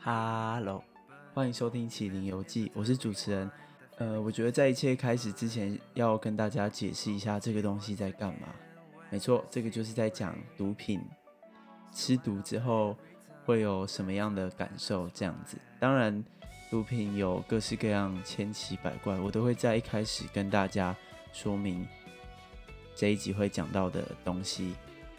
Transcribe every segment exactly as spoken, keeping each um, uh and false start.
Hello，欢迎收听《启灵游记》，我是主持人。呃，我觉得在一切开始之前，要跟大家解释一下这个东西在干嘛。没错，这个就是在讲毒品，吃毒之后会有什么样的感受这样子。当然，毒品有各式各样千奇百怪，我都会在一开始跟大家说明这一集会讲到的东西。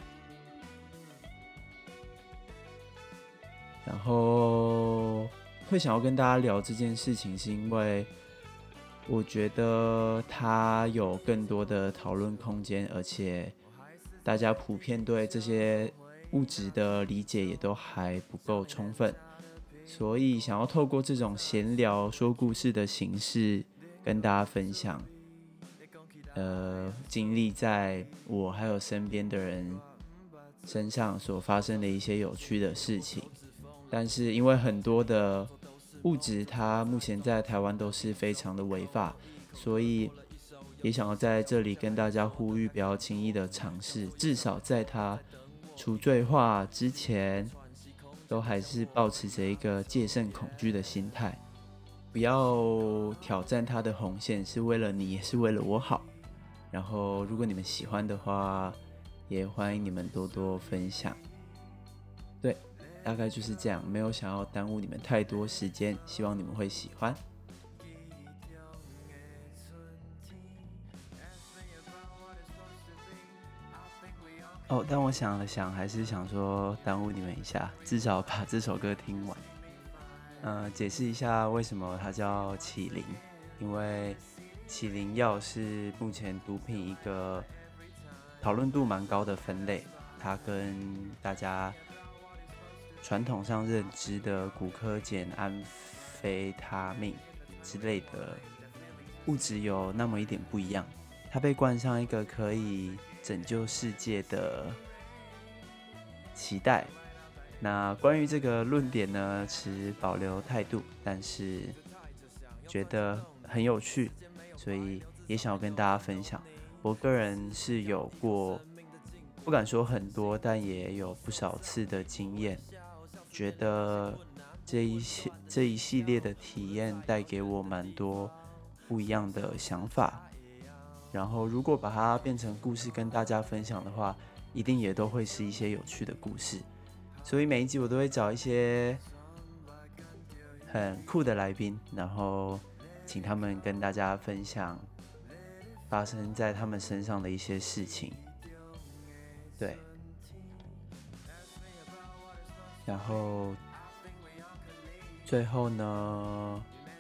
然后会想要跟大家聊这件事情，是因为我觉得它有更多的讨论空间，而且大家普遍对这些物质的理解也都还不够充分，所以想要透过这种闲聊说故事的形式跟大家分享，呃，经历在我还有身边的人身上所发生的一些有趣的事情。但是因为很多的物质它目前在台湾都是非常的违法，所以也想要在这里跟大家呼吁，不要轻易的尝试，至少在它除罪化之前，都还是抱持着一个戒慎恐惧的心态，不要挑战它的红线，是为了你，也是为了我好。然后如果你们喜欢的话，也欢迎你们多多分享。对，大概就是这样，没有想要耽误你们太多时间，希望你们会喜欢。哦，但我想了想，还是想说耽误你们一下，至少把这首歌听完。呃，解释一下为什么它叫启灵，因为启灵药是目前毒品一个讨论度蛮高的分类，它跟大家传统上认知的古柯碱、安非他命之类的物质有那么一点不一样，它被冠上一个可以拯救世界的期待。那关于这个论点呢，持保留态度，但是觉得很有趣，所以也想要跟大家分享。我个人是有过，不敢说很多，但也有不少次的经验，觉得这一系这一系列的体验带给我蛮多不一样的想法。然后，如果把它变成故事跟大家分享的话，一定也都会是一些有趣的故事。所以每一集我都会找一些很酷的来宾，然后请他们跟大家分享发生在他们身上的一些事情。对，然后最后呢，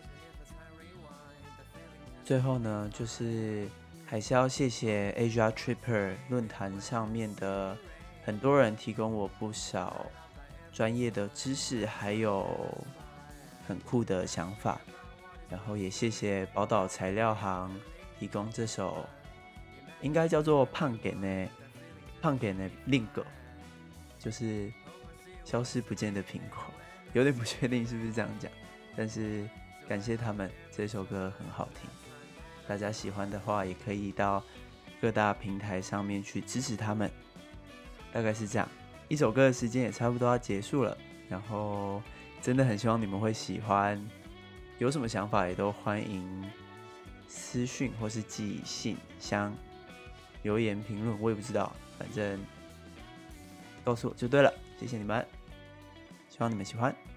最后呢，就是还是要谢谢 Asia Tripper 论坛上面的很多人提供我不少专业的知识，还有很酷的想法。然后也谢谢宝岛材料行提供这首应该叫做胖给呢胖给呢令狗，就是消失不见的苹果，有点不确定是不是这样讲，但是感谢他们，这首歌很好听。大家喜欢的话，也可以到各大平台上面去支持他们。大概是这样，一首歌的时间也差不多要结束了，然后真的很希望你们会喜欢，有什么想法也都欢迎私讯或是寄信箱留言评论，我也不知道，反正告诉我就对了，谢谢你们，希望你们喜欢。